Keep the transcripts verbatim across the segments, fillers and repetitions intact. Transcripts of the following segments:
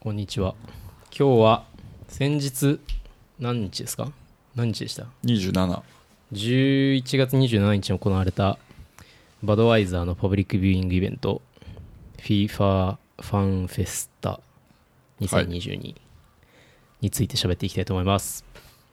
こんにちは。今日は先日何日ですか？何日でした？ にじゅうなな。 じゅういちがつにじゅうしちにちに行われたバドワイザーのパブリックビューイングイベント FIFA ファンフェスタにせんにじゅうにについて喋っていきたいと思います。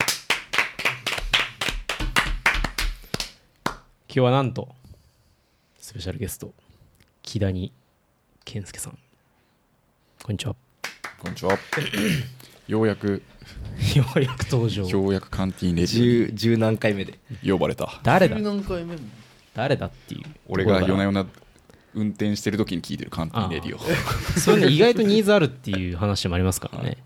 今日はなんとスペシャルゲスト木谷健介さん、こんにちは。 こんにちは。ようやくようやく登場。 ようやくカンティーンレディ十十何回目で呼ばれた。 誰だ十何回目も誰だっていう。 俺が夜な夜な運転してる時に聞いてるカンティーンレディを。 そういうの意外とニーズあるっていう話もありますからね。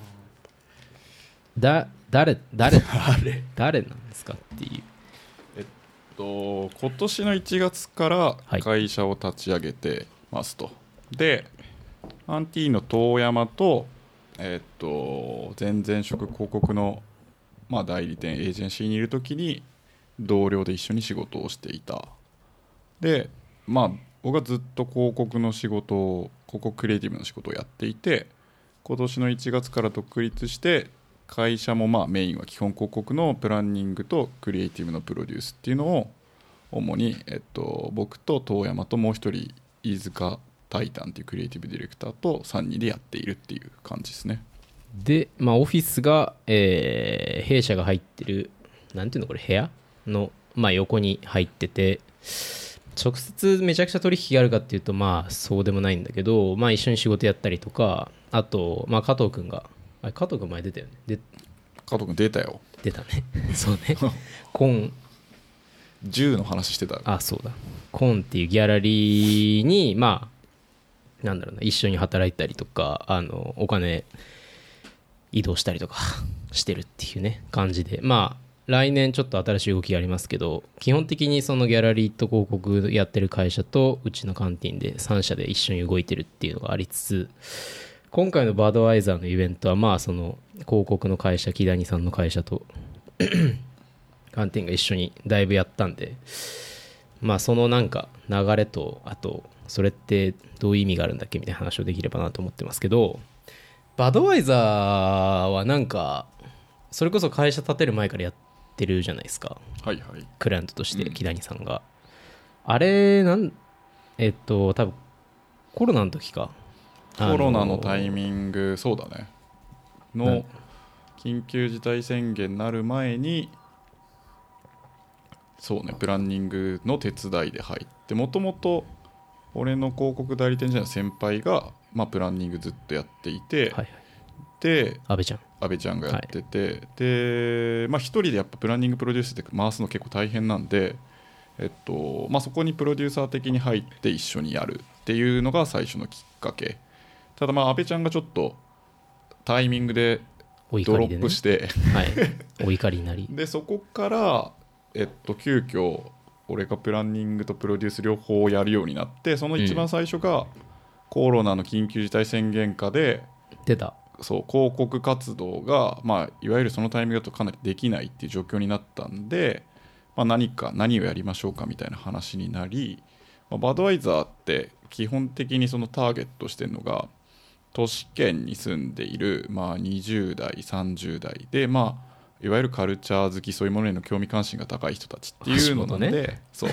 だ誰誰誰なんですかっていう。 えっと今年のいちがつから会社を立ち上げてますと。はい、でカンティーンの遠山とえっと前々職広告のまあ代理店エージェンシーにいる時に同僚で一緒に仕事をしていた。でまあ僕はずっと広告の仕事を広告クリエイティブの仕事をやっていて、今年のいちがつから独立して会社もまあメインは基本広告のプランニングとクリエイティブのプロデュースっていうのを主に、えっと、僕と遠山ともう一人飯塚タイタンっていうクリエイティブディレクターとさんにんでやっているっていう感じですね。 で、まあ、オフィスが、えー、弊社が入ってるなんていうのこれ部屋の、まあ、横に入ってて、直接めちゃくちゃ取引があるかっていうとまあそうでもないんだけど、まあ、一緒に仕事やったりとか、あと、まあ、加藤くんがあれ加藤くん前出たよね。で加藤くん出たよ。 出たねそうねコン銃の話してた。 あそうだコンっていうギャラリーにまあなんだろうな一緒に働いたりとか、あのお金移動したりとかしてるっていうね感じで、まあ来年ちょっと新しい動きがありますけど、基本的にそのギャラリーと広告やってる会社とうちのカンティンでさん社で一緒に動いてるっていうのがありつつ、今回のバードワイザーのイベントはまあその広告の会社木谷さんの会社とカンティンが一緒にだいぶやったんで、まあそのなんか流れと、あとそれってどういう意味があるんだっけみたいな話をできればなと思ってますけど、バドワイザーはなんかそれこそ会社建てる前からやってるじゃないですか。 はいはい。 クライアントとして木谷さんが、うん、あれなんえっと多分コロナの時か、 コロナのタイミング、そうだねの緊急事態宣言になる前に、そうねプランニングの手伝いで入って、もともと俺の広告代理店じゃない先輩が、まあ、プランニングずっとやっていて、はいはい、で安倍ちゃん安倍ちゃんがやってて、はい、でまあ一人でやっぱプランニングプロデュースって回すの結構大変なんで、えっとまあ、そこにプロデューサー的に入って一緒にやるっていうのが最初のきっかけ。ただまあ安倍ちゃんがちょっとタイミングでドロップして、 ね、はい、お怒りになりでそこから、えっと、急遽俺がプランニングとプロデュース両方をやるようになって、その一番最初がコロナの緊急事態宣言下で、 うん、出たそう広告活動が、まあ、いわゆるそのタイミングだとかなりできないっていう状況になったんで、まあ、何か何をやりましょうかみたいな話になり、まあ、バドワイザーって基本的にそのターゲットしてるのが都市圏に住んでいる、まあ、にじゅう代さんじゅう代で、まあいわゆるカルチャー好き、そういうものへの興味関心が高い人たちっていうのなので、ね、そう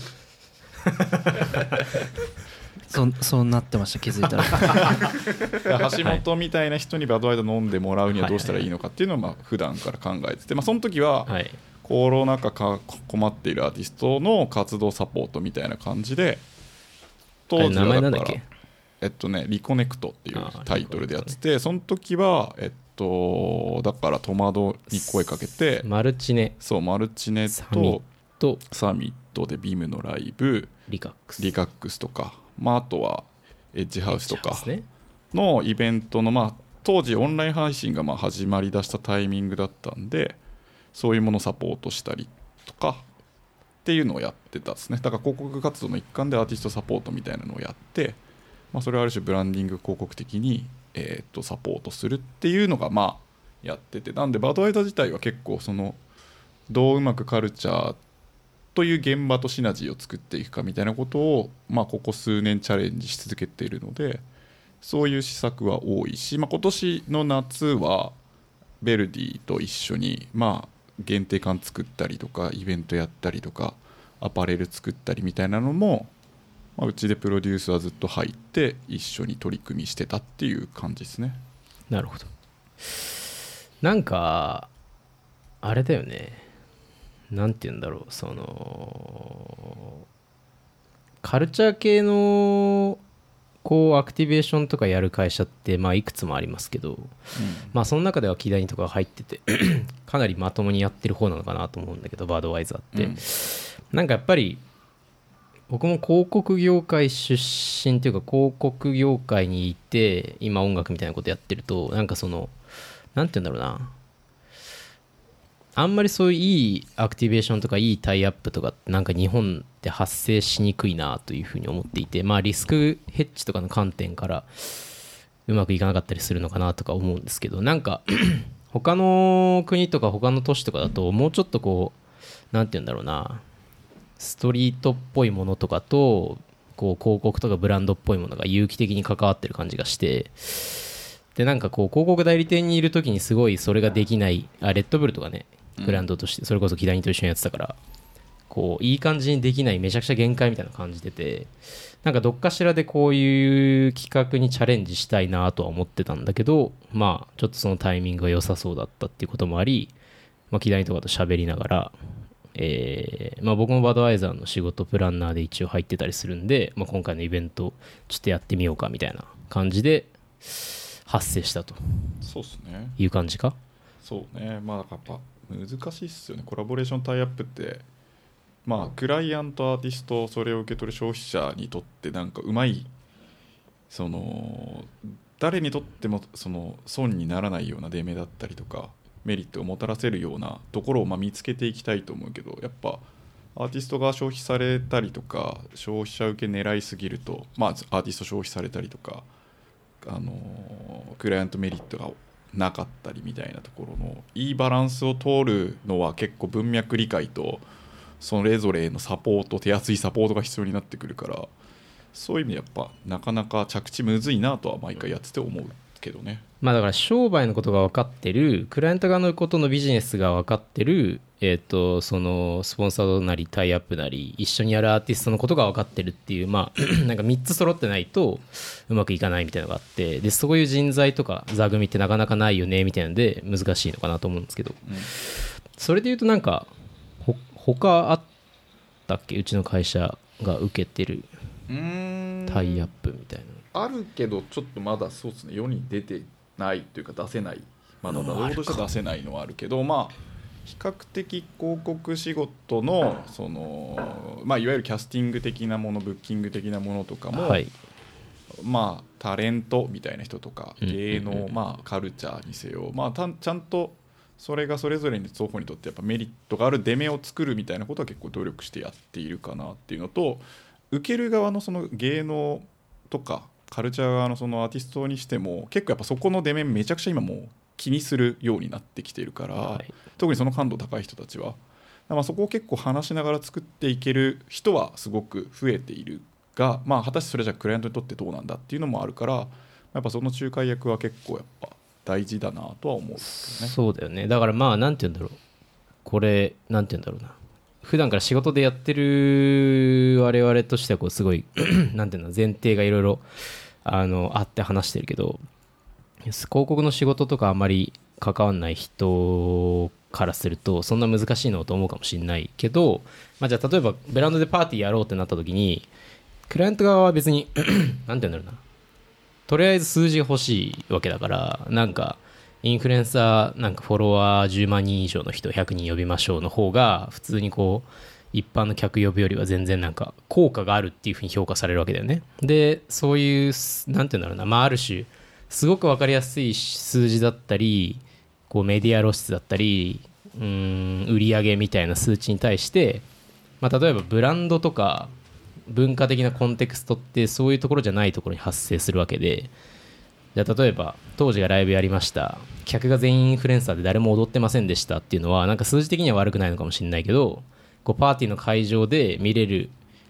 そ, そうなってました、気づいたら橋本みたいな人にバドワイザー飲んでもらうにはどうしたらいいのかっていうのをまあ普段から考えてて、まあ、その時はコロナ禍か困っているアーティストの活動サポートみたいな感じで、当時はだからえっとねリコネクトっていうタイトルでやってて、その時はえっとだから戸惑に声かけて、 マルチネそうマルチネとサミットでビームのライブ、 リカックスリカックスとか、まあ、あとはエッジハウスとかのイベントの、まあ、当時オンライン配信がまあ始まりだしたタイミングだったんで、そういうものをサポートしたりとかっていうのをやってたですね。だから広告活動の一環でアーティストサポートみたいなのをやって、まあ、それをある種ブランディング広告的にえー、とサポートするっていうのがまあやってて、なんでバドワイザー自体は結構そのどううまくカルチャーという現場とシナジーを作っていくかみたいなことを、まあ、ここ数年チャレンジし続けているので、 そういう施策は多いし、まあ、今年の夏はヴェルディと一緒に、まあ、限定館作ったりとかイベントやったりとかアパレル作ったりみたいなのも、まあ、うちでプロデュースはずっと入って一緒に取り組みしてたっていう感じですね。 なるほど。なんかあれだよね、なんて言うんだろう、そのカルチャー系のこうアクティベーションとかやる会社ってまあいくつもありますけど、うん、まあその中ではキダニとかが入っててかなりまともにやってる方なのかなと思うんだけど、バードワイザーって、うん、なんかやっぱり僕も広告業界出身というか広告業界にいて今音楽みたいなことやってると、なんかそのなんて言うんだろうな、あんまりそういういいアクティベーションとかいいタイアップとかってなんか日本で発生しにくいなというふうに思っていて、まあリスクヘッジとかの観点からうまくいかなかったりするのかなとか思うんですけど、なんか他の国とか他の都市とかだともうちょっとこうなんて言うんだろうな、ストリートっぽいものとかとこう広告とかブランドっぽいものが有機的に関わってる感じがして、でなんかこう広告代理店にいる時にすごいそれができない、あレッドブルとかねブランドとしてそれこそキダニと一緒にやってたから、こういい感じにできない、めちゃくちゃ限界みたいな感じてて、なんかどっかしらでこういう企画にチャレンジしたいなとは思ってたんだけど、まあちょっとそのタイミングが良さそうだったっていうこともあり、まあ、キダニとかと喋りながら、えーまあ、僕もバドワイザーの仕事プランナーで一応入ってたりするんで、まあ、今回のイベントちょっとやってみようかみたいな感じで発生したとそうですね、 いう感じか。 そうね、まあやっぱ難しいっすよね、コラボレーションタイアップって。まあクライアントアーティストそれを受け取る消費者にとってなんかうまい、その誰にとってもその損にならないようなデメだったりとかメリットをもたらせるようなところをまあ見つけていきたいと思うけど、やっぱアーティストが消費されたりとか消費者受け狙いすぎると、まあアーティスト消費されたりとか、あのクライアントメリットがなかったりみたいなところのいいバランスを通るのは結構文脈理解とそれぞれのサポート、手厚いサポートが必要になってくるから、そういう意味でやっぱなかなか着地むずいなとは毎回やってて思うけどね。 まあだから商売のことが分かってる、クライアント側のことのビジネスが分かってる、えっとそのスポンサードなりタイアップなり一緒にやるアーティストのことが分かってるっていう、まあなんかみっつ揃ってないとうまくいかないみたいなのがあって、でそういう人材とか座組ってなかなかないよねみたいなので難しいのかなと思うんですけど、うん、それでいうとなんかほ他あったっけ、うちの会社が受けてるタイアップみたいな。 あるけどちょっとまだそうですね、世に出てないというか出せない、まだロードして出せないのはあるけど、まあ比較的広告仕事のその、まあ、いわゆるキャスティング的なもの、ブッキング的なものとかも、はい、まあタレントみたいな人とか芸能、うんうんうん、まあカルチャーにせよ、まあ、たちゃんとそれがそれぞれに双方にとってやっぱメリットがある出目を作るみたいなことは結構努力してやっているかなっていうのと、受ける側のその芸能とかカルチャー側のそのアーティストにしても結構やっぱそこの出目めちゃくちゃ今もう気にするようになってきてるから、はい、特にその感度高い人たちは、まあ、そこを結構話しながら作っていける人はすごく増えているが、まあ、果たしてそれじゃクライアントにとってどうなんだっていうのもあるから、やっぱその仲介役は結構やっぱ大事だなとは思う、ね、 そうだよね。だからまあなんて言うんだろう、これなんて言うんだろうな、普段から仕事でやってる我々としてはこうすごいなんていうの、前提がいろいろあのあって話してるけど、広告の仕事とかあまり関わんない人からするとそんな難しいのと思うかもしれないけど、まあ、じゃあ例えばブランドでパーティーやろうってなった時にクライアント側は別になんて言うんだろうな、とりあえず数字が欲しいわけだから、なんかインフルエンサーなんかフォロワーじゅうまんにん以上の人ひゃくにん呼びましょうの方が普通にこう一般の客呼ぶよりは全然なんか効果があるっていう風に評価されるわけだよね。でそういうなんて言うんだろうな、まあある種すごく分かりやすい数字だったりこうメディア露出だったりうーん売り上げみたいな数値に対して、まあ、例えばブランドとか文化的なコンテクストってそういうところじゃないところに発生するわけで、じゃあ例えば当時がライブやりました、客が全員インフルエンサーで誰も踊ってませんでしたっていうのはなんか数字的には悪くないのかもしれないけど、こうパーティーの会場で見れる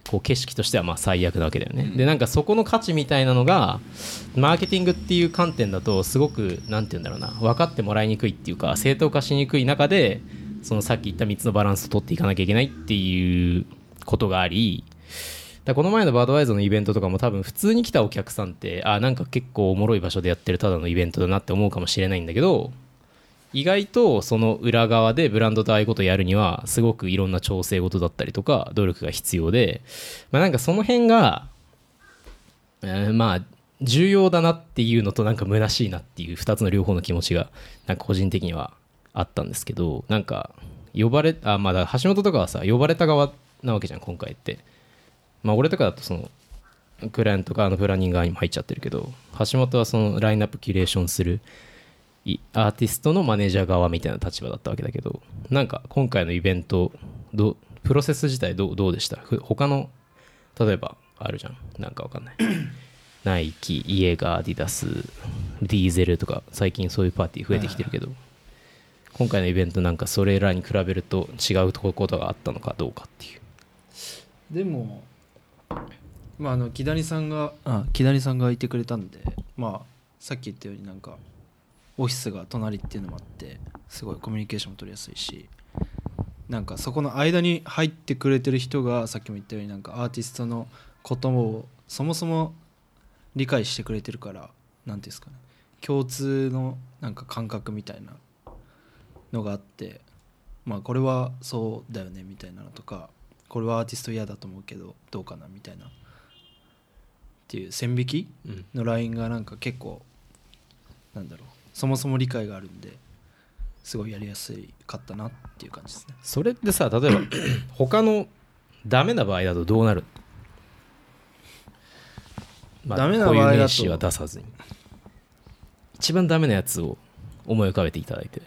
こう景色としてはまあ最悪なわけだよね、うん、でなんかそこの価値みたいなのがマーケティングっていう観点だとすごくなんて言うんだろうな分かってもらいにくいっていうか正当化しにくい中でそのさっき言ったみっつのバランスを取っていかなきゃいけないっていうことがありだこの前のバードワイズのイベントとかも多分普通に来たお客さんってあなんか結構おもろい場所でやってるただのイベントだなって思うかもしれないんだけど意外とその裏側でブランドとああいうことをやるにはすごくいろんな調整事だったりとか努力が必要で、まあ、なんかその辺が、えー、まあ重要だなっていうのとなんか虚しいなっていうふたつの両方の気持ちがなんか個人的にはあったんですけどなんか呼ばれあまあだから橋本とかはさ呼ばれた側なわけじゃん今回ってまあ俺とかだとそのクライアント側のプランニング側にも入っちゃってるけど橋本はそのラインナップキュレーションするアーティストのマネージャー側みたいな立場だったわけだけどなんか今回のイベントどプロセス自体どう、どうでした他の例えばあるじゃんなんかわかんないナイキ、イエガー、アディダス、ディーゼルとか最近そういうパーティー増えてきてるけど今回のイベントなんかそれらに比べると違うことがあったのかどうかっていうでもまああの木谷さんがあ木谷さんがいてくれたんでまあさっき言ったようになんかオフィスが隣っていうのもあってすごいコミュニケーションも取りやすいしなんかそこの間に入ってくれてる人がさっきも言ったようになんかアーティストのことをそもそも理解してくれてるからなんていうんですかね共通のなんか感覚みたいなのがあってまあこれはそうだよねみたいなのとかこれはアーティスト嫌だと思うけどどうかなみたいなっていう線引きのラインがなんか結構なんだろうそもそも理解があるんですごいやりやすかったなっていう感じですね。 それってさ例えば他のダメな場合だとどうなる、まあ、ダメな場合だとこういう名詞は出さずに一番ダメなやつを思い浮かべていただいて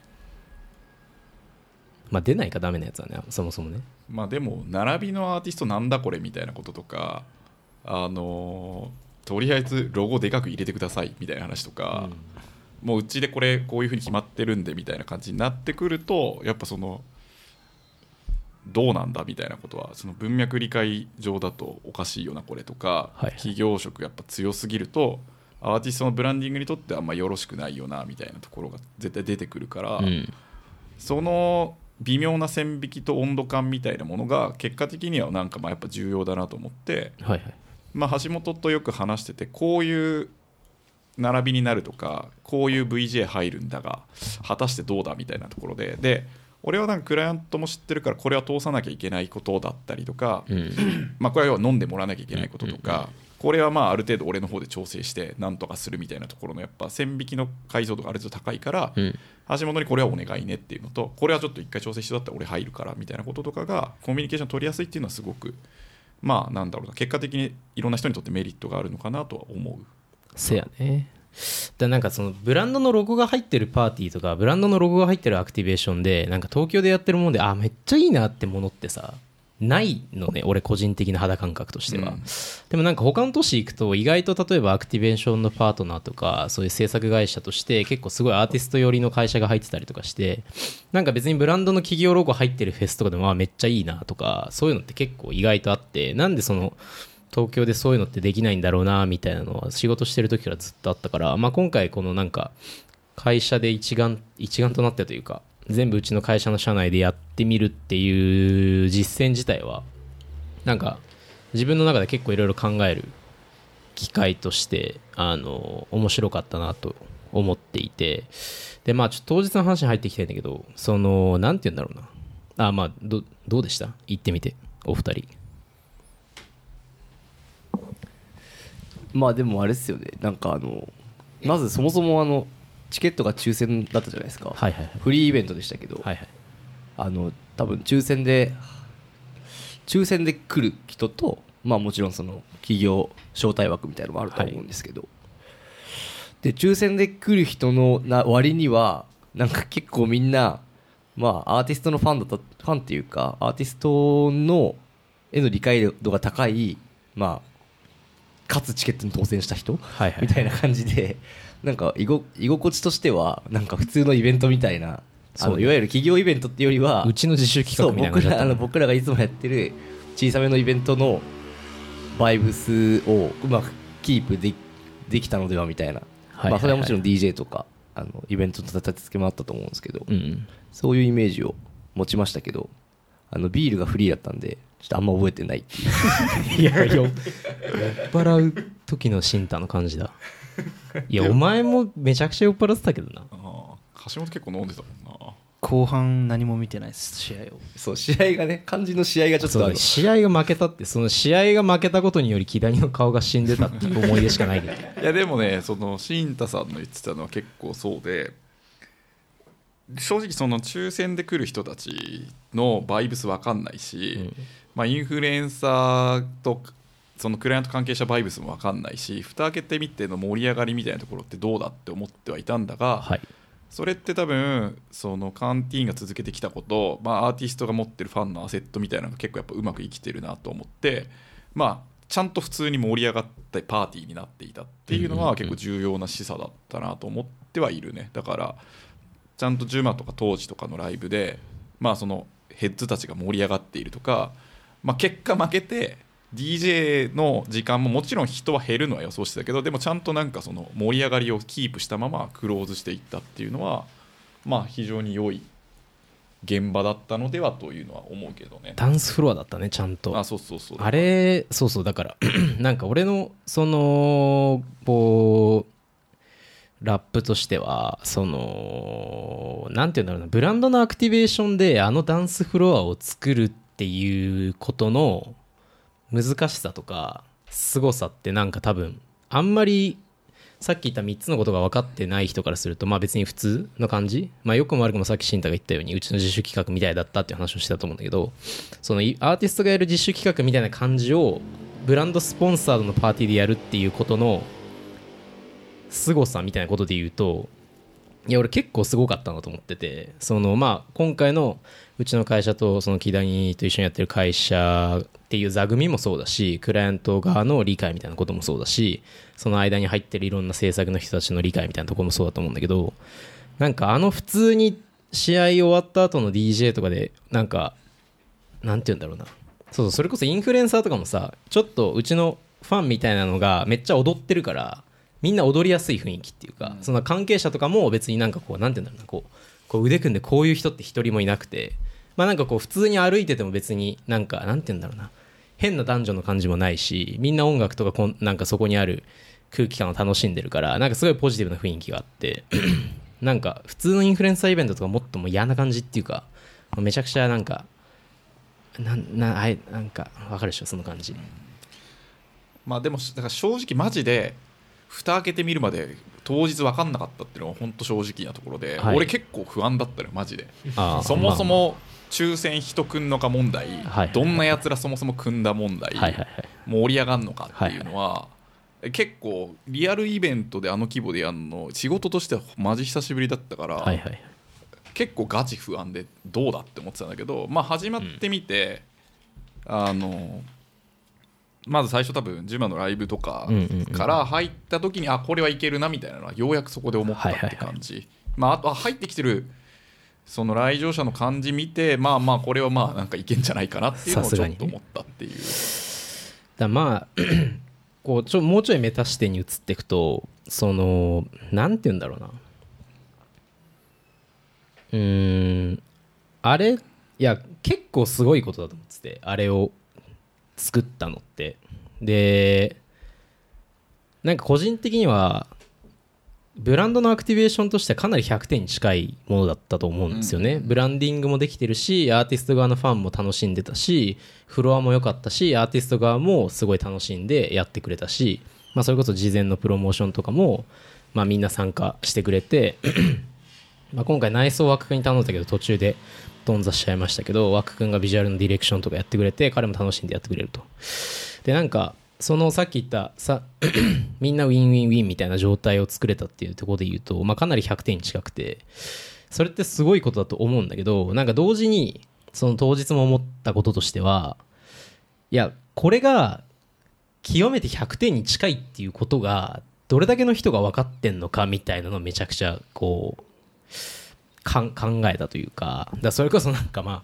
まあ出ないかダメなやつはねそもそもねまあでも並びのアーティストなんだこれみたいなこととかあのとりあえずロゴでかく入れてくださいみたいな話とか、うん、もううちでこれこういう風に決まってるんでみたいな感じになってくるとやっぱそのどうなんだみたいなことはその文脈理解上だとおかしいよなこれとか、はい、企業色やっぱ強すぎるとアーティストのブランディングにとってあんまよろしくないよなみたいなところが絶対出てくるから、うん、その微妙な線引きと温度感みたいなものが結果的にはなんかまあやっぱ重要だなと思って、はいはいまあ、橋本とよく話しててこういう並びになるとかこういう ブイジェー 入るんだが果たしてどうだみたいなところでで俺はなんかクライアントも知ってるからこれは通さなきゃいけないことだったりとか、うんまあ、これは飲んでもらわなきゃいけないこととか、うんうんうん、これはまあある程度俺の方で調整してなんとかするみたいなところのやっぱ線引きの解像度がある程度高いから、うん、橋本にこれはお願いねっていうのとこれはちょっと一回調整してだったら俺入るからみたいなこととかがコミュニケーション取りやすいっていうのはすごくまあなんだろうな結果的にいろんな人にとってメリットがあるのかなとは思う。 せやね。だなんかそのブランドのロゴが入ってるパーティーとかブランドのロゴが入ってるアクティベーションでなんか東京でやってるものであめっちゃいいなってものってさないのね俺個人的な肌感覚としては、うん、でもなんか他の都市行くと意外と例えばアクティベーションのパートナーとかそういう制作会社として結構すごいアーティスト寄りの会社が入ってたりとかしてなんか別にブランドの企業ロゴ入ってるフェスとかでもあめっちゃいいなとかそういうのって結構意外とあってなんでその東京でそういうのってできないんだろうなみたいなのは仕事してる時からずっとあったから、まあ、今回このなんか会社で一丸一丸となってというか全部うちの会社の社内でやってみるっていう実践自体はなんか自分の中で結構いろいろ考える機会としてあの面白かったなと思っていてでまあちょっと当日の話に入っていきたいんだけどそのなんて言うんだろうなあまあ ど, どうでした行ってみてお二人まあでもあれですよねなんかあのまずそもそもあのチケットが抽選だったじゃないですか、はいはいはい、フリーイベントでしたけど、はいはい、あの多分抽選で抽選で来る人とまあもちろんその企業招待枠みたいなのもあると思うんですけど、はい、で抽選で来る人のな割にはなんか結構みんなまあアーティストのファンだったファンっていうかアーティストのへの理解度が高いまあかつチケットに当選した人、はいはい、みたいな感じでなんか居ご居心地としてはなんか普通のイベントみたいなあのいわゆる企業イベントっていうよりはうちの自主企画みたいな感じだった、 僕らあの僕らがいつもやってる小さめのイベントのバイブスをうまくキープでできたのではみたいな、はいはいはい、まあ、それはもちろん ディージェー とかあのイベントの立て付けもあったと思うんですけど、うん、そういうイメージを持ちましたけど、あのビールがフリーだったんでちょっとあんま覚えてないっていういや酔っ払う時のシンタの感じだ。いやお前もめちゃくちゃ酔っ払ってたけどな。 あ橋本結構飲んでたもんな。 後半何も見てないです試合を。 そう試合がね、肝心の試合がちょっとある。 試合が負けたって、その試合が負けたことにより木谷の顔が死んでたっていう思い出しかないけどいやでもね、その新太さんの言ってたのは結構そうで、正直その抽選で来る人たちのバイブス分かんないし、うん、まあ、インフルエンサーとそのクライアント関係者バイブスも分かんないし、蓋開けてみての盛り上がりみたいなところってどうだって思ってはいたんだが、はい、それって多分そのカンティーンが続けてきたこと、まあ、アーティストが持ってるファンのアセットみたいなのが結構やっぱうまく生きてるなと思って、まあ、ちゃんと普通に盛り上がったパーティーになっていたっていうのは結構重要な示唆だったなと思ってはいるね。だからちゃんとジュマとか当時とかのライブで、まあ、そのヘッズたちが盛り上がっているとか、まあ、結果負けて ディージェー の時間ももちろん人は減るのは予想してたけど、でもちゃんとなんかその盛り上がりをキープしたままクローズしていったっていうのは、まあ非常に良い現場だったのではというのは思うけどね。 ダンスフロアだったね、ちゃんと。 あ、そうそうそう。 あれ、そうそう、だからなんか俺のそのこうラップとしては、そのなんていうんだろうな、ブランドのアクティベーションであのダンスフロアを作るっていうことの難しさとか凄さってなんか多分あんまりさっき言ったみっつのことが分かってない人からすると、まあ別に普通の感じ、まあ良くも悪くもさっき新太が言ったようにうちの自主企画みたいだったっていう話をしてたと思うんだけど、そのアーティストがやる自主企画みたいな感じをブランドスポンサードのパーティーでやるっていうことの凄さみたいなことで言うと、いや俺結構すごかったなと思ってて、そのまあ今回のうちの会社とその木谷と一緒にやってる会社っていう座組もそうだし、クライアント側の理解みたいなこともそうだし、その間に入ってるいろんな制作の人たちの理解みたいなところもそうだと思うんだけど、なんかあの普通に試合終わった後の ディージェー とかでなんかなんて言うんだろうな、そうそう、それこそインフルエンサーとかもさ、ちょっとうちのファンみたいなのがめっちゃ踊ってるからみんな踊りやすい雰囲気っていうか、うん、その関係者とかも別になんかこうなんて言うんだろうな、こうこう腕組んでこういう人って一人もいなくて、まあなんかこう普通に歩いてても別になんかなんて言うんだろうな、変な男女の感じもないし、みんな音楽とかこんなんかそこにある空気感を楽しんでるから、なんかすごいポジティブな雰囲気があってなんか普通のインフルエンサーイベントとかもっとも嫌な感じっていうか、めちゃくちゃなんかななあいなんか分かるでしょその感じ。 まあでもだから正直マジで蓋開けてみるまで当日分かんなかったっていうのは本当正直なところで、はい、俺結構不安だったのよマジで。そもそも抽選人組んのか問題、はい、どんなやつらそもそも組んだ問題、はいはいはい、盛り上がんのかっていうのは、はいはい、結構リアルイベントであの規模でやるの仕事としてはマジ久しぶりだったから、はいはい、結構ガチ不安でどうだって思ってたんだけど、まあ始まってみて、うん、あのまず最初多分ジュマのライブとかから入った時に、あこれはいけるなみたいなのはようやくそこで思ったって感じ、はいはいはい、まああとは入ってきてるその来場者の感じ見て、まあまあこれはまあなんかいけんじゃないかなっていうのをちょっと思ったっていう、ね、 だまあこうちょもうちょいメタ視点に移っていくと、そのなんて言うんだろうな、うーんあれいや結構すごいことだと思ってて、あれを作ったのって。でなんか個人的にはブランドのアクティベーションとしてはかなりひゃくてんに近いものだったと思うんですよね、うん、ブランディングもできてるし、アーティスト側のファンも楽しんでたし、フロアも良かったし、アーティスト側もすごい楽しんでやってくれたし、まあ、それこそ事前のプロモーションとかも、まあ、みんな参加してくれてまあ今回内装枠君に頼んだけど途中で頓挫しちゃいましたけど、枠君がビジュアルのディレクションとかやってくれて、彼も楽しんでやってくれると。でなんかそのさっき言ったさみんなウィンウィンウィンみたいな状態を作れたっていうところで言うと、まあ、かなりひゃくてんに近くて、それってすごいことだと思うんだけど、なんか同時にその当日も思ったこととしては、いやこれが極めてひゃくてんに近いっていうことがどれだけの人が分かってんのかみたいなのをめちゃくちゃこうかん考えたというか、だそれこそなんかまあ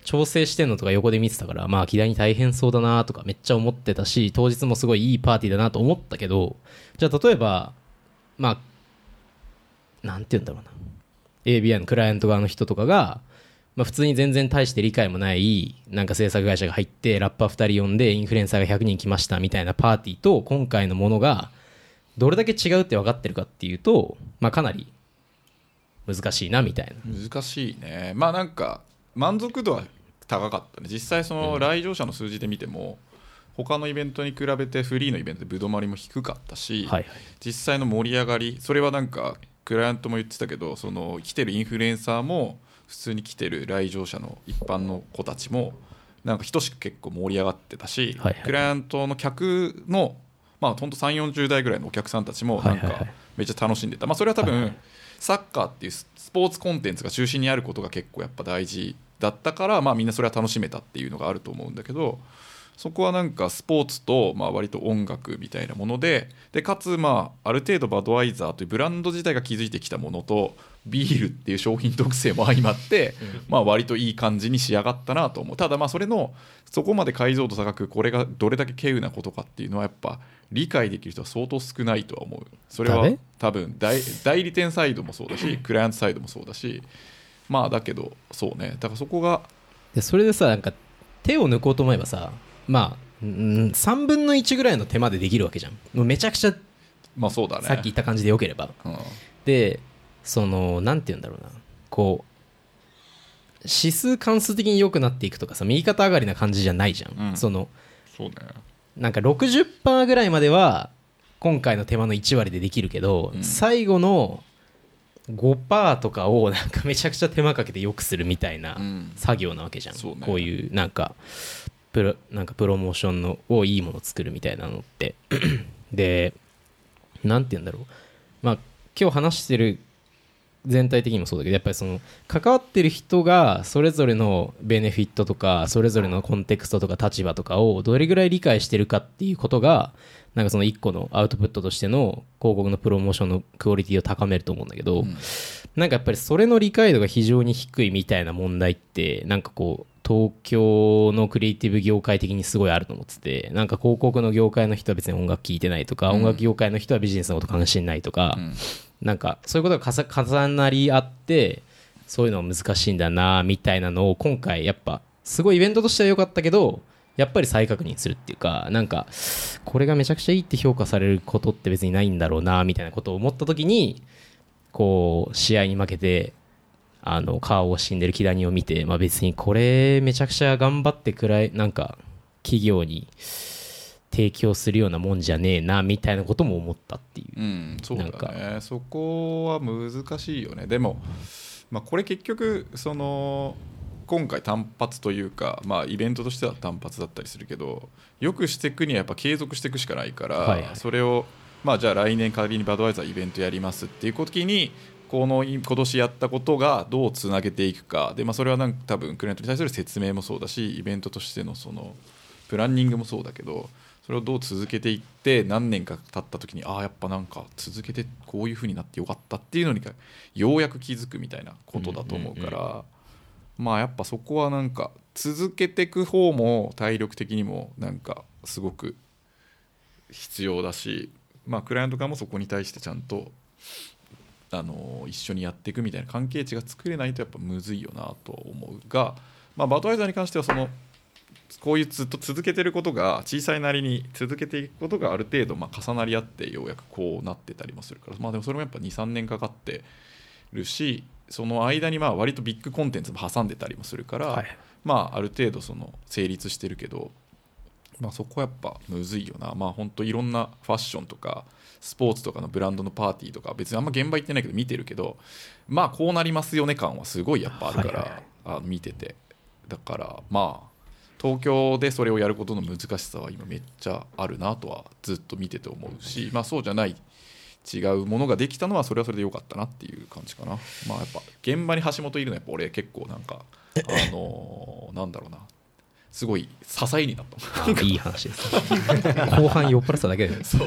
調整してんのとか横で見てたから、まあ木谷大変そうだなとかめっちゃ思ってたし、当日もすごいいいパーティーだなと思ったけど、じゃあ例えばまあなんて言うんだろうな、 エービーアイ のクライアント側の人とかが、まあ、普通に全然大して理解もないなんか制作会社が入ってラッパーふたり呼んでインフルエンサーがひゃくにん来ましたみたいなパーティーと今回のものがどれだけ違うって分かってるかっていうと、まあかなり難しいなみたいな。 難しいね。まあなんか満足度は高かったね。実際その来場者の数字で見ても、うん、他のイベントに比べてフリーのイベントでぶどまりも低かったし、はいはい、実際の盛り上がり、それはなんかクライアントも言ってたけど、その来てるインフルエンサーも普通に来てる来場者の一般の子たちもなんか等しく結構盛り上がってたし、はいはい、クライアントの客のまあほんとさんじゅうよんじゅう代ぐらいのお客さんたちもなんかめっちゃ楽しんでた。まあそれは多分サッカーっていうスポーツコンテンツが中心にあることが結構やっぱ大事だったから、まあみんなそれは楽しめたっていうのがあると思うんだけど、そこはなんかスポーツとまあ割と音楽みたいなもので、でかつまあある程度バドワイザーというブランド自体が築いてきたものとビールっていう商品特性も相まってまあ割といい感じに仕上がったなと思う。ただまあそれのそこまで解像度高くこれがどれだけ稀有なことかっていうのはやっぱ理解できる人は相当少ないとは思う。それは多分 代, 代理店サイドもそうだしクライアントサイドもそうだし、まあだけどそうね、だからそこがでそれでさ、なんか手を抜こうと思えばさ、まあんさんぶんのいちぐらいの手間でできるわけじゃん。もうめちゃくちゃまあそうだね、 さっき言った感じでよければ、うん、でそのなんて言うんだろうな、こう指数関数的に良くなっていくとかさ、右肩上がりな感じじゃないじゃん、うん、そのそうね、 なんか ろくじゅっパーセント ぐらいまでは今回の手間のいち割でできるけど、うん、最後の ごパーセント とかをなんかめちゃくちゃ手間かけて良くするみたいな作業なわけじゃん、うん、こういうなんかプロ、なんかプロモーションのをいいものを作るみたいなのってでなんて言うんだろう、まあ今日話してる全体的にもそうだけど、やっぱりその関わってる人がそれぞれのベネフィットとかそれぞれのコンテクストとか立場とかをどれぐらい理解してるかっていうことがなんかその一個のアウトプットとしての広告のプロモーションのクオリティを高めると思うんだけど、うん、なんかやっぱりそれの理解度が非常に低いみたいな問題ってなんかこう東京のクリエイティブ業界的にすごいあると思ってて、なんか広告の業界の人は別に音楽聴いてないとか、うん、音楽業界の人はビジネスのこと関心ないとか、うん、なんかそういうことが重なり合ってそういうのは難しいんだなみたいなのを今回やっぱすごいイベントとしては良かったけどやっぱり再確認するっていうか、なんかこれがめちゃくちゃいいって評価されることって別にないんだろうなみたいなことを思った時に、こう試合に負けてあの顔を死んでる木谷を見て、まあ、別にこれめちゃくちゃ頑張ってくらいなんか企業に提供するようなもんじゃねえなみたいなことも思ったっていう、 うん、そうだね、そこは難しいよね。でも、まあ、これ結局その今回単発というか、まあ、イベントとしては単発だったりするけど、よくしていくにはやっぱ継続していくしかないから、はいはい、それを、まあ、じゃあ来年仮にバドワイザーイベントやりますっていう時にこの今年やったことがどうつなげていくかで、まあ、それはなんか多分クライアントに対する説明もそうだしイベントとしてのそのプランニングもそうだけど、それをどう続けていって何年か経った時にああやっぱなんか続けてこういう風になってよかったっていうのにようやく気づくみたいなことだと思うから、うんうんうん、まあやっぱそこはなんか続けていく方も体力的にもなんかすごく必要だし、まあクライアント側もそこに対してちゃんとあの一緒にやっていくみたいな関係値が作れないとやっぱむずいよなと思うが、まあ、バドワイザーに関してはそのこういうずっと続けてることが小さいなりに続けていくことがある程度まあ重なり合ってようやくこうなってたりもするから、まあでもそれもやっぱ にさんねんかかってるし、その間にまあ割とビッグコンテンツも挟んでたりもするから、はい、まあある程度その成立してるけど、まあそこはやっぱむずいよな。まあ本当いろんなファッションとかスポーツとかのブランドのパーティーとか別にあんま現場行ってないけど見てるけど、まあこうなりますよね感はすごいやっぱあるから、はいはい、あ見ててだからまあ東京でそれをやることの難しさは今めっちゃあるなとはずっと見てて思うし、まあそうじゃない違うものができたのはそれはそれで良かったなっていう感じかな。まあやっぱ現場に橋本いるのやっぱ俺結構なんかあのなんだろうなすごい支えになったいい話です後半酔っ払っただけでそう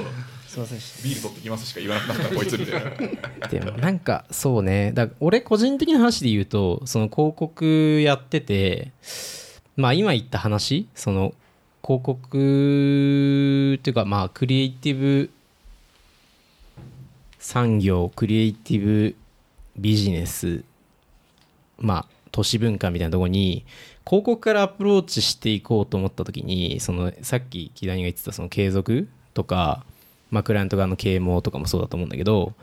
すいませんビール取ってきますしか言わなくなったこいつみたいなでもなんかそうね、だから俺個人的な話で言うと、その広告やってて、まあ今言った話、その広告っていうかまあクリエイティブ産業、クリエイティブビジネス、まあ都市文化みたいなところに広告からアプローチしていこうと思った時に、そのさっき木谷が言ってたその継続とか、まあクライアント側の啓蒙とかもそうだと思うんだけど、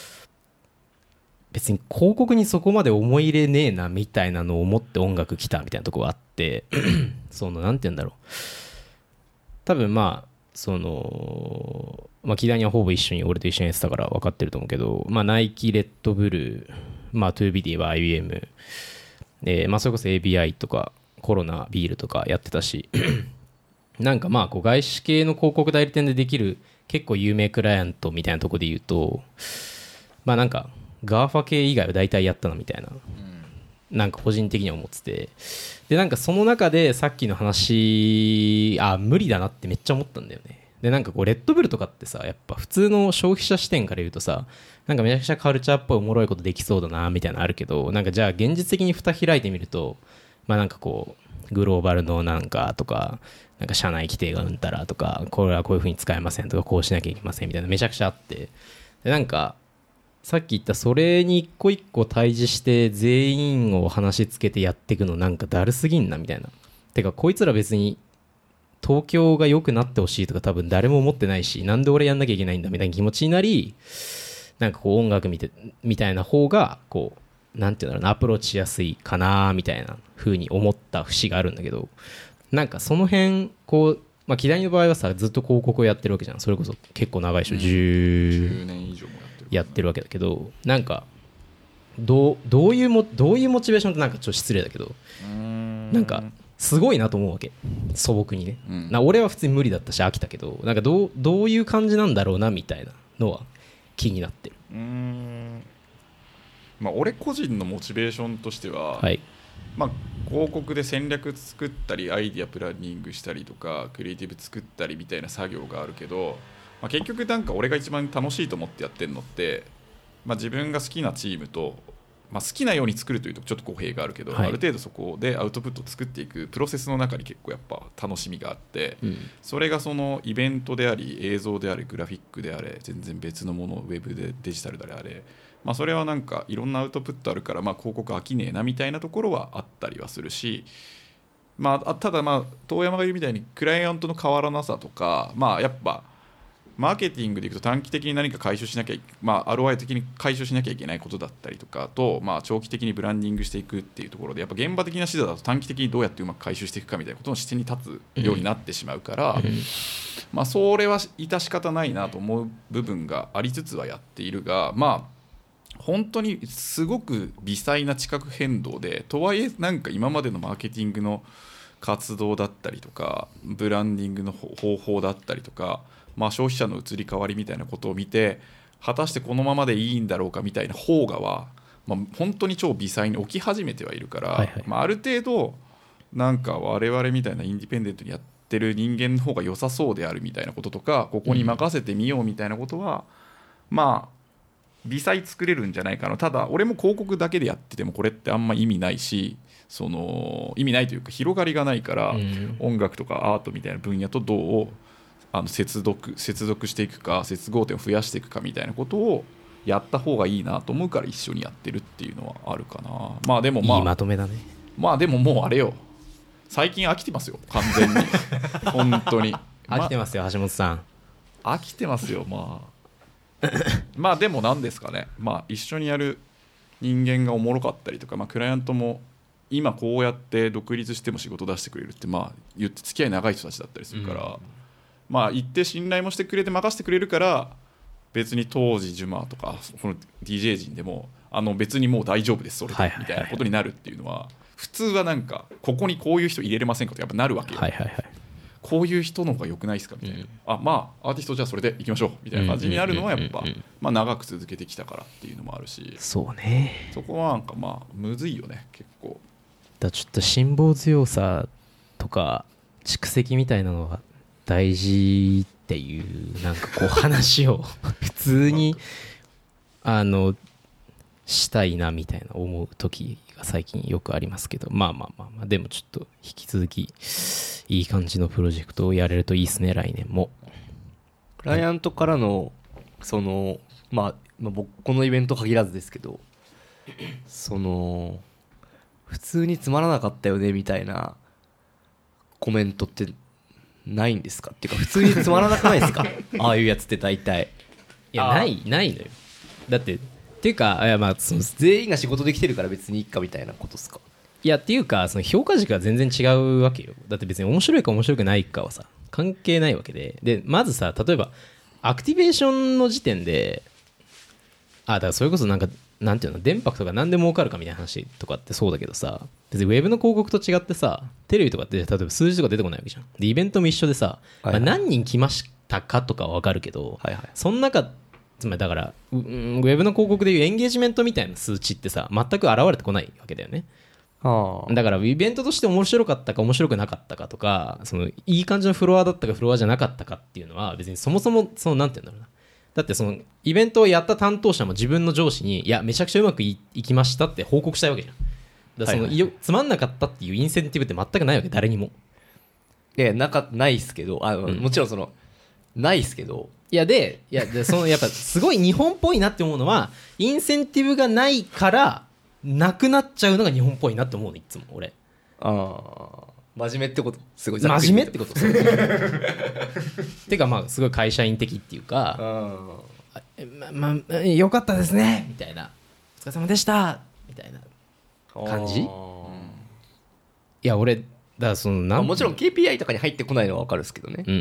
別に広告にそこまで思い入れねえなみたいなのを思って音楽来たみたいなところがあってそのなんて言うんだろう、多分まあそのまあ木谷はほぼ一緒に俺と一緒にやってたから分かってると思うけど、まあナイキ、レッドブル、まあ ツービー で言えば アイビーエム、えー、まあそれこそ エービーアイ とかコロナビールとかやってたしなんかまあこう外資系の広告代理店でできる結構有名クライアントみたいなところで言うと、まあなんかガーファ系以外は大体やったなみたいな、なんか個人的には思ってて、でなんかその中でさっきの話、あ無理だなってめっちゃ思ったんだよね。でなんかこうレッドブルとかってさ、やっぱ普通の消費者視点から言うとさ、なんかめちゃくちゃカルチャーっぽいおもろいことできそうだなみたいなのあるけど、なんかじゃあ現実的に蓋開いてみると、まあなんかこうグローバルのなんかとか、なんか社内規定がうんたらとか、これはこういう風に使えませんとか、こうしなきゃいけませんみたいなめちゃくちゃあって、でなんかさっき言ったそれに一個一個対峙して全員を話しつけてやっていくのなんかだるすぎんなみたいな。てかこいつら別に東京が良くなってほしいとか多分誰も思ってないし、なんで俺やんなきゃいけないんだみたいな気持ちになり、なんかこう音楽見てみたいな方がこうなんていうんだろうな、アプローチしやすいかなみたいな風に思った節があるんだけど、なんかその辺こう、まあ木谷の場合はさずっと広告をやってるわけじゃん。それこそ結構長いでしょ、うん、じゅうねん以上もやってるやってるわけだけど、なんかどう、どういうもどういうモチベーションってなんかちょっと失礼だけど、うーんなんかすごいなと思うわけ、素朴にね、うん、な俺は普通に無理だったし飽きたけど、なんかどう、どういう感じなんだろうなみたいなのは気になってる。 うーん、まあ、俺個人のモチベーションとしては、はい、まあ、広告で戦略作ったりアイディアプランニングしたりとかクリエイティブ作ったりみたいな作業があるけど、まあ、結局なんか俺が一番楽しいと思ってやってるのって、まあ、自分が好きなチームと、まあ、好きなように作るというとちょっと語弊があるけど、はい、ある程度そこでアウトプットを作っていくプロセスの中に結構やっぱ楽しみがあって、うん、それがそのイベントであり映像であれグラフィックであれ全然別のものウェブでデジタルであれ、まあ、それはなんかいろんなアウトプットあるから、まあ、広告飽きねえなみたいなところはあったりはするし、まあ、ただまあ遠山が言うみたいにクライアントの変わらなさとか、まあやっぱマーケティングでいくと短期的に何か回収しなきゃ、まあ、アールオーアイ 的に回収しなきゃいけないことだったりとかと、まあ、長期的にブランディングしていくっていうところでやっぱ現場的な指導だと短期的にどうやってうまく回収していくかみたいなことの視点に立つようになってしまうから、うん、まあ、それは致し方ないなと思う部分がありつつはやっているが、まあ本当にすごく微細な地殻変動で、とはいえなんか今までのマーケティングの活動だったりとかブランディングの方法だったりとか、まあ、消費者の移り変わりみたいなことを見て果たしてこのままでいいんだろうかみたいな方がは、まあ、本当に超微細に起き始めてはいるから、はいはい、まあ、ある程度なんか我々みたいなインディペンデントにやってる人間の方が良さそうであるみたいなこととか、ここに任せてみようみたいなことは、うん、まあ微細作れるんじゃないかな。ただ俺も広告だけでやっててもこれってあんま意味ないし、その意味ないというか広がりがないから、うん、音楽とかアートみたいな分野とどうあの接続接続していくか接合点を増やしていくかみたいなことをやった方がいいなと思うから一緒にやってるっていうのはあるかな。まあでもまあいいまとめだね。 まあでももうあれよ、最近飽きてますよ完全に本当に飽きてますよ、橋本さん飽きてますよ。まあまあでも何ですかね、まあ一緒にやる人間がおもろかったりとか、まあ、クライアントも今こうやって独立しても仕事出してくれるってまあ言って付き合い長い人たちだったりするから、うん、まあ一定信頼もしてくれて任せてくれるから別に当時ジュマーとかこの ディージェー 陣でもあの別にもう大丈夫ですそれでみたいなことになるっていうのは普通はなんかここにこういう人入れれませんかとやっぱなるわけよ、はいはいはい、こういう人の方が良くないですかみたいな、うん、あまあアーティストじゃあそれでいきましょうみたいな感じになるのはやっぱまあ長く続けてきたからっていうのもあるし、 そうね、 そこはなんかまあむずいよね結構。 だちょっと辛抱強さとか蓄積みたいなのが大事っていうなんかこう話を普通にあのしたいなみたいな思う時が最近よくありますけど、まあまあまあまあ、でもちょっと引き続きいい感じのプロジェクトをやれるといいですね、来年も。 クライアントからのその、まあ、まあ僕このイベント限らずですけど、その普通につまらなかったよねみたいなコメントってないんですか？っていうか普通につまらなくないですか？ああいうやつって大体。 いやないないのよ。だってっていうか、いやまあその全員が仕事できてるから別にいいかみたいなことですか？ いやっていうか、その評価軸が全然違うわけよ。だって別に面白いか面白くないかはさ関係ないわけで、でまずさ、例えばアクティベーションの時点で、あだからそれこそなんかなんていうの、電波とか何で儲かるかみたいな話とかってそうだけどさ、別にウェブの広告と違ってさ、テレビとかって例えば数字とか出てこないわけじゃん。でイベントも一緒でさ、はいはい、まあ、何人来ましたかとかは分かるけど、はいはい、その中つまりだからウェブの広告でいうエンゲージメントみたいな数値ってさ全く現れてこないわけだよね。はあ、だからイベントとして面白かったか面白くなかったかとか、そのいい感じのフロアだったかフロアじゃなかったかっていうのは別にそもそもそのなんていうんだろうな、だってそのイベントをやった担当者も自分の上司にいやめちゃくちゃうまく い, いきましたって報告したいわけじゃん。だからその、はいはい、つまんなかったっていうインセンティブって全くないわけ、誰にも。 いやなかないっすけど、あ、うん、もちろんそのないっすけど、 いやでいやでそのやっぱすごい日本っぽいなって思うのはインセンティブがないからなくなっちゃうのが日本っぽいなって思うのいつも俺。 ああ真面目ってこと、すごい真面目ってことてかまあすごい会社員的っていうか、あままあよかったですねみたいな、お疲れ様でしたみたいな感じ。いや俺だからそのなんもちろん ケーピーアイ とかに入ってこないのは分かるんですけどね、うん、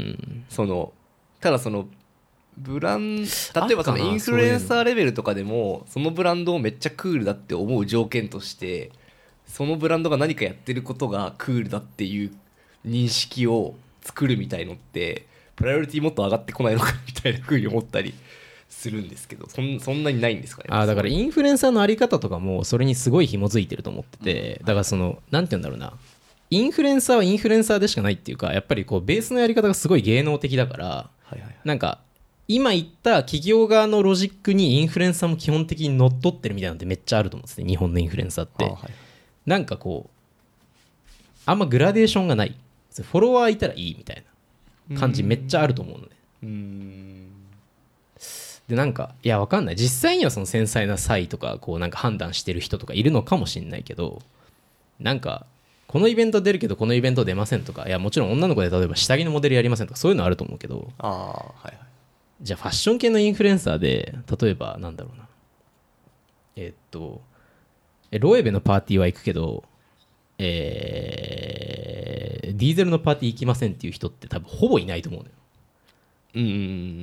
そのただそのブラン例えばそのインフルエンサーレベルとかでもそのブランドをめっちゃクールだって思う条件としてそのブランドが何かやってることがクールだっていう認識を作るみたいのってプライオリティもっと上がってこないのかみたいな風に思ったりするんですけど、そ ん, そんなにないんですかね。 あだからインフルエンサーのあり方とかもそれにすごい紐づいてると思ってて、うん、だからそのなんて言うんだろうな、インフルエンサーはインフルエンサーでしかないっていうか、やっぱりこうベースのやり方がすごい芸能的だから、はいはいはい、なんか今言った企業側のロジックにインフルエンサーも基本的に乗っ取ってるみたいなのってめっちゃあると思うんですね、日本のインフルエンサーって。はい、なんかこうあんまグラデーションがない、フォロワーいたらいいみたいな感じめっちゃあると思うので、うーんでなんかいやわかんない、実際にはその繊細な差異とかこうなんか判断してる人とかいるのかもしれないけど、なんかこのイベント出るけどこのイベント出ませんとか、いやもちろん女の子で例えば下着のモデルやりませんとかそういうのあると思うけど、あ、はいはい、じゃあファッション系のインフルエンサーで例えばなんだろうな、えー、っとロエベのパーティーは行くけど、えー、ディーゼルのパーティー行きませんっていう人って多分ほぼいないと思うのよ。うんうんうん。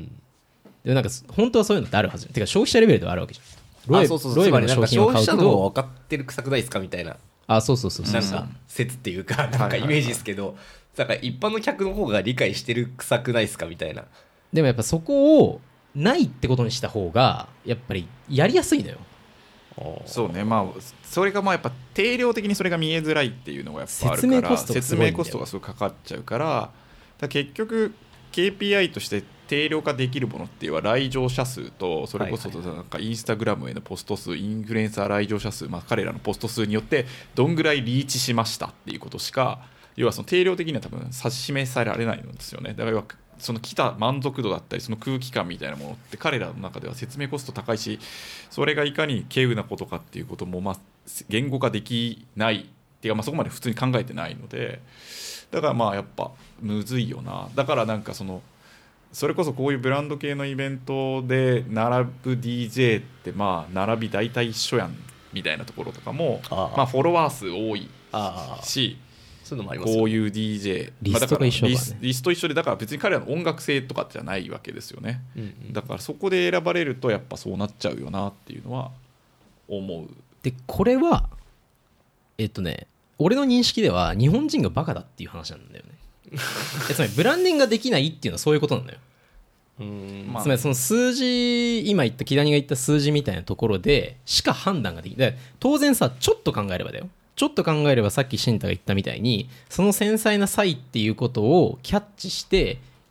でなんか本当はそういうのってあるはず。てか消費者レベルではあるわけじゃん。ロエ、 そうそうそう、ロエベの商品を買うと消費者の分かってる臭くないですかみたいな。 あ、そうそうそうそう。 なんか説っていうかなんかイメージですけど、なんか一般の客の方が理解してる臭くないですかみたいな。 でもやっぱそこをないってことにした方がやっぱりやりやすいのよ。 そうね、まあそれがまあやっぱ定量的にそれが見えづらいっていうのがやっぱあるから説明コストがすごいかかっちゃうから、だから結局 ケーピーアイ として定量化できるものっていうのは来場者数とそれこそなんかインスタグラムへのポスト数、インフルエンサー来場者数、まあ彼らのポスト数によってどんぐらいリーチしましたっていうことしか、要はその定量的には多分指し示されないんですよね。だからその来た満足度だったりその空気感みたいなものって彼らの中では説明コスト高いし、それがいかに稀有なことかっていうこともまあ言語化できないっていうか、まあそこまで普通に考えてないので、だからまあやっぱむずいよな。だからなんかそのそれこそこういうブランド系のイベントで並ぶ ディージェー ってまあ並び大体一緒やんみたいなところとかも、あまあフォロワー数多いし、 そういうのもありますよね、 こういう ディージェーリストが一緒だね、 まあ、だから リス, リスト一緒で、だから別に彼らの音楽性とかじゃないわけですよね、うんうん、だからそこで選ばれるとやっぱそうなっちゃうよなっていうのは思う。 でこれはえっとね俺の認識では日本人がバカだっていう話なんだよねつまりブランディングができないっていうのはそういうことなんだよ。うーん、まあ、つまりその数字、今言った木谷が言った数字みたいなところでしか判断ができない。当然さちょっと考えればだよ、ちょっと考えればさっき新太が言ったみたいにその繊細な差異っていうことをキャッチして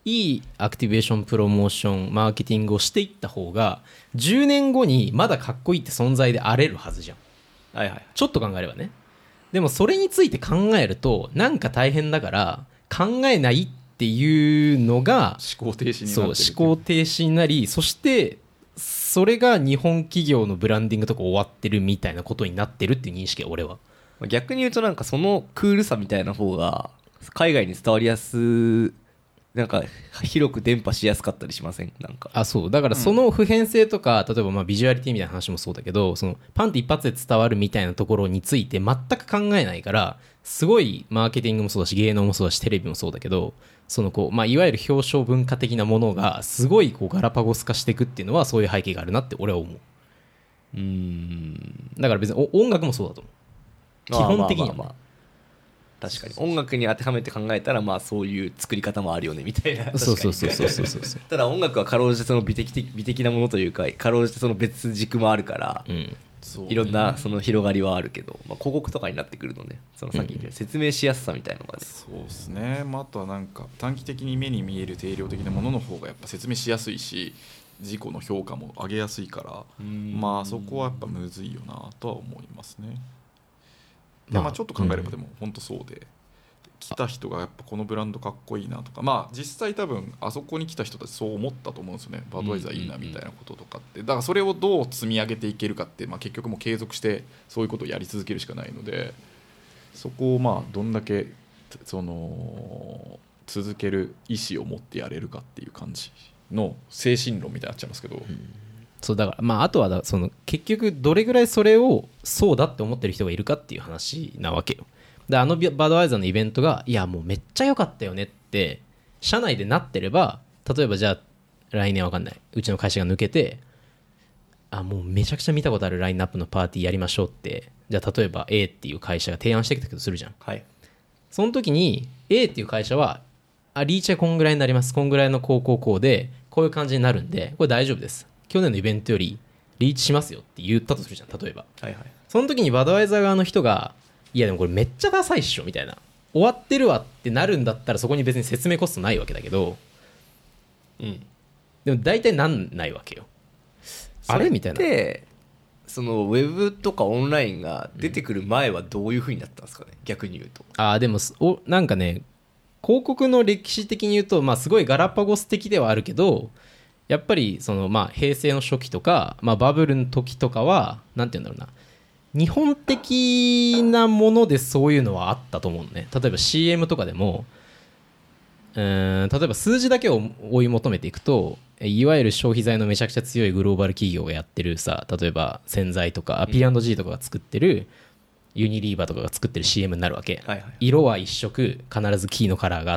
いいアクティベーションプロモーションマーケティングをしていった方がじゅうねんごにまだかっこいいって存在であれるはずじゃん、 はいはい、 ちょっと考えればね。でもそれについて考えるとなんか大変だから考えないっていうのが思考停止になってる。 そう思考停止になり、そしてそれが日本企業のブランディングとか終わってるみたいなことになってるっていう認識は俺は。 逆に言うとなんかそのクールさみたいな方が海外に伝わりやすなんか広く伝播しやすかったりしません？なんかあそうだからその普遍性とか、うん、例えばまあビジュアリティみたいな話もそうだけど、そのパンって一発で伝わるみたいなところについて全く考えないから、すごいマーケティングもそうだし芸能もそうだしテレビもそうだけど、そのこう、まあ、いわゆる表彰文化的なものがすごいこうガラパゴス化していくっていうのはそういう背景があるなって俺は思う。 うーんだから別に音楽もそうだと思う、基本的には、ね。まあまあまあ確かに音楽に当てはめて考えたらまあそういう作り方もあるよねみたいな。 そうそうそうそうそうそうただ音楽はかろうじてその美的的美的なものというかかろうじてその別軸もあるから、うん、いろんなその広がりはあるけど、まあ、広告とかになってくるのね、そのさっき言った説明しやすさみたいなのがね、 うん、そうですね、まあ、あとはなんか短期的に目に見える定量的なものの方がやっぱ説明しやすいし自己の評価も上げやすいから、まあそこはやっぱむずいよなとは思いますね。でまあ、ちょっと考えればでも本当そうで、来た人がやっぱこのブランドかっこいいなとか、まあ実際多分あそこに来た人たちそう思ったと思うんですよね。バドワイザーいいなみたいなこととかって、だからそれをどう積み上げていけるかって、まあ、結局もう継続してそういうことをやり続けるしかないので、そこをまあどんだけその続ける意思を持ってやれるかっていう感じの精神論みたいになっちゃいますけど、うん、 そうだからまああとはだその結局どれぐらいそれをそうだって思ってる人がいるかっていう話なわけよ。であのバドワイザーのイベントがいやもうめっちゃ良かったよねって社内でなってれば、例えばじゃあ来年わかんないうちの会社が抜けて、あもうめちゃくちゃ見たことあるラインナップのパーティーやりましょうって、じゃあ例えば A っていう会社が提案してきたけどするじゃん、 はい、 その時に A っていう会社はあリーチはこんぐらいになります、こんぐらいのこうこうこうでこういう感じになるんでこれ大丈夫です、去年のイベントよりリーチしますよって言ったとするじゃん例えば、 はいはい、 その時にバドワイザー側の人がいやでもこれめっちゃダサいっしょみたいな、終わってるわってなるんだったらそこに別に説明コストないわけだけど、うん、でも大体なんないわけよ。あれみたいな。 でそのウェブとかオンラインが出てくる前はどういう風になったんですかね、うん、逆に言うと。 あでもおなんかね広告の歴史的に言うと、まあ、すごいガラパゴス的ではあるけど、やっぱりその、まあ、平成の初期とか、まあ、バブルの時とかはなんて言うんだろうな、日本的なものでそういうのはあったと思うのね。例えば シーエム とかでもうーん例えば数字だけを追い求めていくと、いわゆる消費財のめちゃくちゃ強いグローバル企業がやってるさ、例えば洗剤とか ピーアンドジー とかが作ってる、ユニリーバーとかが作ってる シーエム になるわけ、はいはい、色は一色必ずキーのカラーがあって、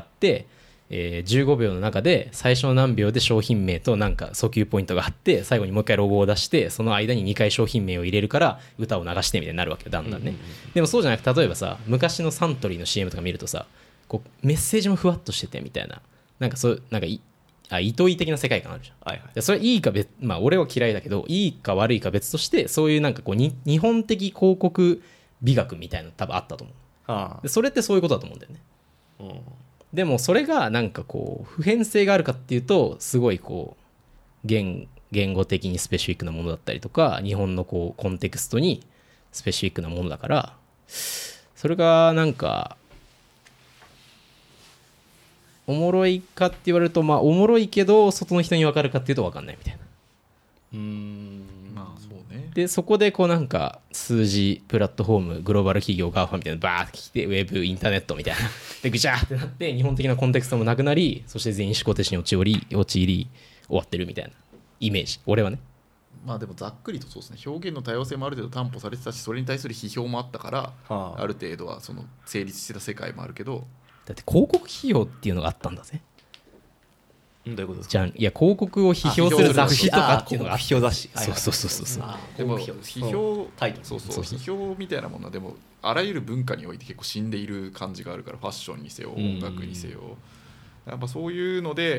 えー、じゅうごびょうの中で最初の何秒で商品名となんか訴求ポイントがあって、最後にもう一回ロゴを出してその間ににかい商品名を入れるから歌を流してみたいになるわけよだんだんね、うんうんうん、でもそうじゃなくて例えばさ昔のサントリーの シーエム とか見るとさこうメッセージもふわっとしててみたいな、なんかそうなんかいあ糸井的な世界観あるじゃん、はいはい、それいいか別、まあ俺は嫌いだけどいいか悪いか別として、そういうなんかこうに日本的広告美学みたいなの多分あったと思う、はあ、でそれってそういうことだと思うんだよね、うん、でもそれがなんかこう普遍性があるかっていうとすごいこう 言, 言語的にスペシフィックなものだったりとか日本のこうコンテクストにスペシフィックなものだから、それがなんかおもろいかって言われるとまあおもろいけど外の人に分かるかっていうと分かんないみたいな。 うーんまあそうね。 でそこでこうなんか数字プラットフォームグローバル企業ガーファみたいなバーってきてウェブインターネットみたいなでぐちゃーってなって日本的なコンテクストもなくなり、そして全員思考停止に陥り陥り終わってるみたいなイメージ俺はね。 まあでもざっくりとそうですね、表現の多様性もある程度担保されてたしそれに対する批評もあったから、はあ、ある程度はその成立してた世界もあるけど、 だって広告費用っていうのがあったんだぜ。 どういうことですか。 じゃんいや広告を批評する雑誌とかっていうのがあった。 批評雑誌、 そうそうそうそうそう。 でも批評タイトルそうそう批評みたいなものはでもあらゆる文化において結構死んでいる感じがあるから、ファッションにせよ音楽にせよ、やっぱそういうので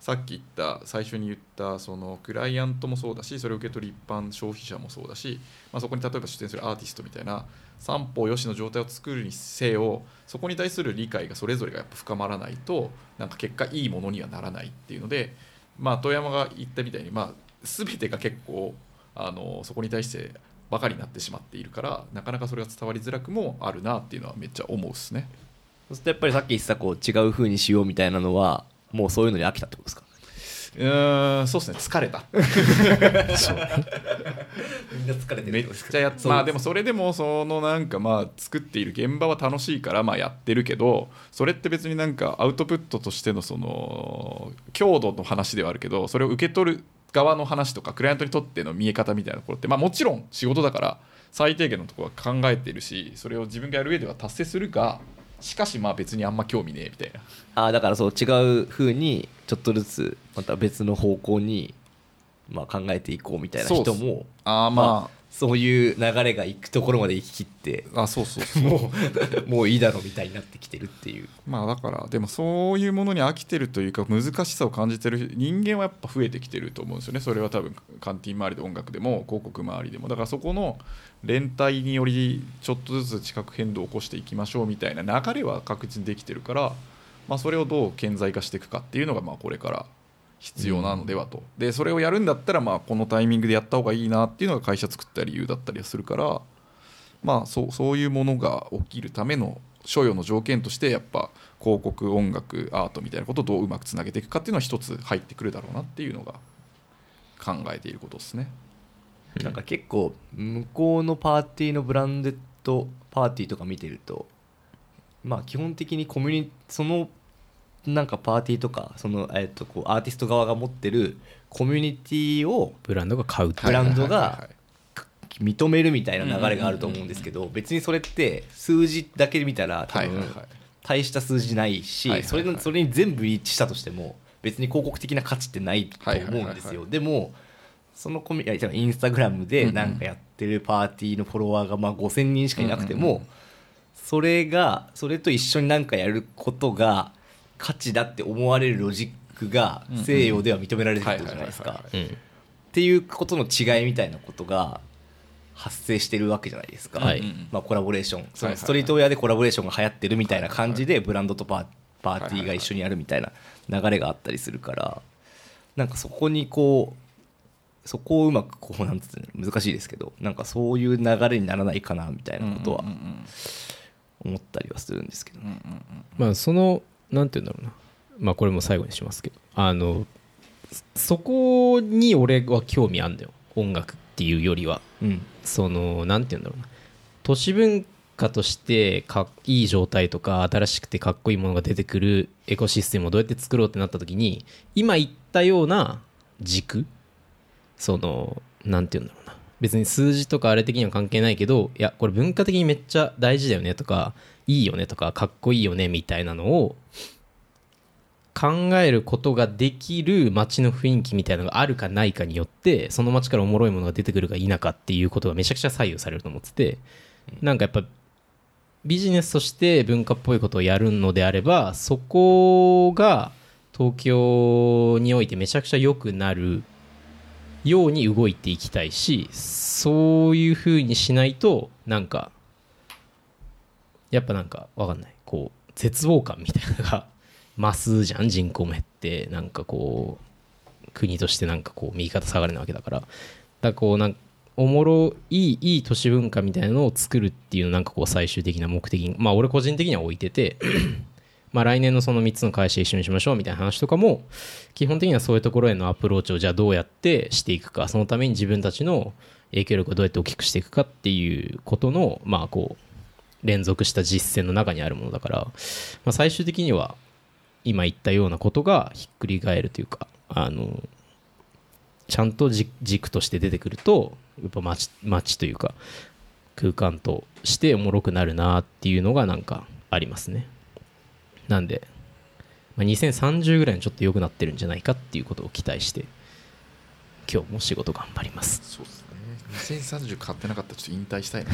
さっき言った最初に言ったそのクライアントもそうだし、それを受け取る一般消費者もそうだし、まあ、そこに例えば出演するアーティストみたいな三方よしの状態を作るにせよ、そこに対する理解がそれぞれがやっぱ深まらないとなんか結果いいものにはならないっていうので、まあ、遠山が言ったみたいに、まあ、全てが結構あのそこに対してバカになってしまっているから、なかなかそれが伝わりづらくもあるなっていうのはめっちゃ思うっすね。 そうするとやっぱりさっき言ってたこう違う風にしようみたいなのはもうそういうのに飽きたってことですか？ うーん、そうですね、疲れたそうみんな疲れてるめっちゃやっまあでもそれでもそのなんかまあ作っている現場は楽しいからまあやってるけど、それって別になんかアウトプットとしてのその強度の話ではあるけど、それを受け取る側の話とかクライアントにとっての見え方みたいなところって、まあもちろん仕事だから最低限のところは考えているし、それを自分がやる上では達成するが、しかしまあ別にあんま興味ねえみたいな。 あだからそう違う風にちょっとずつまた別の方向にまあ考えていこうみたいな人もあ、まあまあ、そういう流れが行くところまで行き切ってあそうそうそうもうもういいだろうみたいになってきてるっていう。 まあだからでもそういうものに飽きてるというか難しさを感じてる人間はやっぱ増えてきてると思うんですよね。それは多分カンティーン周りで音楽でも広告周りでも、だからそこの連帯によりちょっとずつ地殻変動を起こしていきましょうみたいな流れは確実にできてるから、まあ、それをどう顕在化していくかっていうのがまあこれから必要なのではと、うん、でそれをやるんだったらまあこのタイミングでやった方がいいなっていうのが会社作った理由だったりはするから、まあそうそういうものが起きるための所要の条件としてやっぱ広告、音楽、アートみたいなことをどううまくつなげていくかっていうのは一つ入ってくるだろうなっていうのが考えていることですね。 なんか結構向こうのパーティーのブランデッドパーティーとか見てると、まあ基本的にコミュニそのなんかパーティーとかそのえっとこうアーティスト側が持ってるコミュニティをブランドが買うブランドが認めるみたいな流れがあると思うんですけど、別にそれって数字だけ見たら多分大した数字ないし、それそれに全部一致したとしても別に広告的な価値ってないと思うんですよ。でもそのコミュニティインスタグラムでなんかやってるパーティーのフォロワーがまあごせんにんしかいなくても、それがそれと一緒になんかやることが価値だって思われるロジックが西洋では認められてるじゃないですか。っていうことの違いみたいなことが発生してるわけじゃないですか。はいまあ、コラボレーション、そのストリートウェアでコラボレーションが流行ってるみたいな感じでブランドとパー、パーティーが一緒にやるみたいな流れがあったりするから、なんかそこにこうそこをうまくこうなんつうの難しいですけど、なんかそういう流れにならないかなみたいなことは思ったりはするんですけど、 まあそのなんていうんだろうな、まあこれも最後にしますけど、あのそこに俺は興味あるんだよ、音楽っていうよりは、うん、そのなんていうんだろうな、都市文化としてかいい状態とか新しくてかっこいいものが出てくるエコシステムをどうやって作ろうってなった時に、今言ったような軸、そのなんていうんだろうな、別に数字とかあれ的には関係ないけど、いやこれ文化的にめっちゃ大事だよねとかいいよねとかかっこいいよねみたいなのを考えることができる街の雰囲気みたいなのがあるかないかによって、その街からおもろいものが出てくるか否かっていうことがめちゃくちゃ左右されると思ってて、なんかやっぱビジネスとして文化っぽいことをやるのであれば、そこが東京においてめちゃくちゃ良くなるように動いていきたいし、そういう風にしないとなんかやっぱなんかわかんない、こう絶望感みたいなのが増すじゃん。人口も減ってなんかこう国としてなんかこう右肩下がりなわけだから、だからこうなんかおもろいいい都市文化みたいなのを作るっていうのをなんかこう最終的な目的に、まあ俺個人的には置いててまあ来年のそのみっつの会社一緒にしましょうみたいな話とかも基本的にはそういうところへのアプローチをじゃあどうやってしていくか、そのために自分たちの影響力をどうやって大きくしていくかっていうことのまあこう連続した実践の中にあるものだから、まあ、最終的には今言ったようなことがひっくり返るというか、あのちゃんと軸として出てくるとやっぱ 街, 街というか空間としておもろくなるなっていうのがなんかありますね。なんで、まあ、にせんさんじゅうぐらいにちょっと良くなってるんじゃないかっていうことを期待して今日も仕事頑張ります。 そうですね、にせんさんじゅう買ってなかったらちょっと引退したいな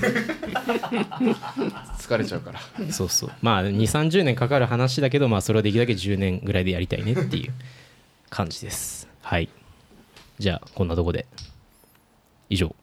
疲れちゃうから。 そうそう、まあにじゅうさんじゅうねんかかる話だけど、まあそれをできるだけじゅうねんぐらいでやりたいねっていう感じです。はい。じゃあこんなとこで以上。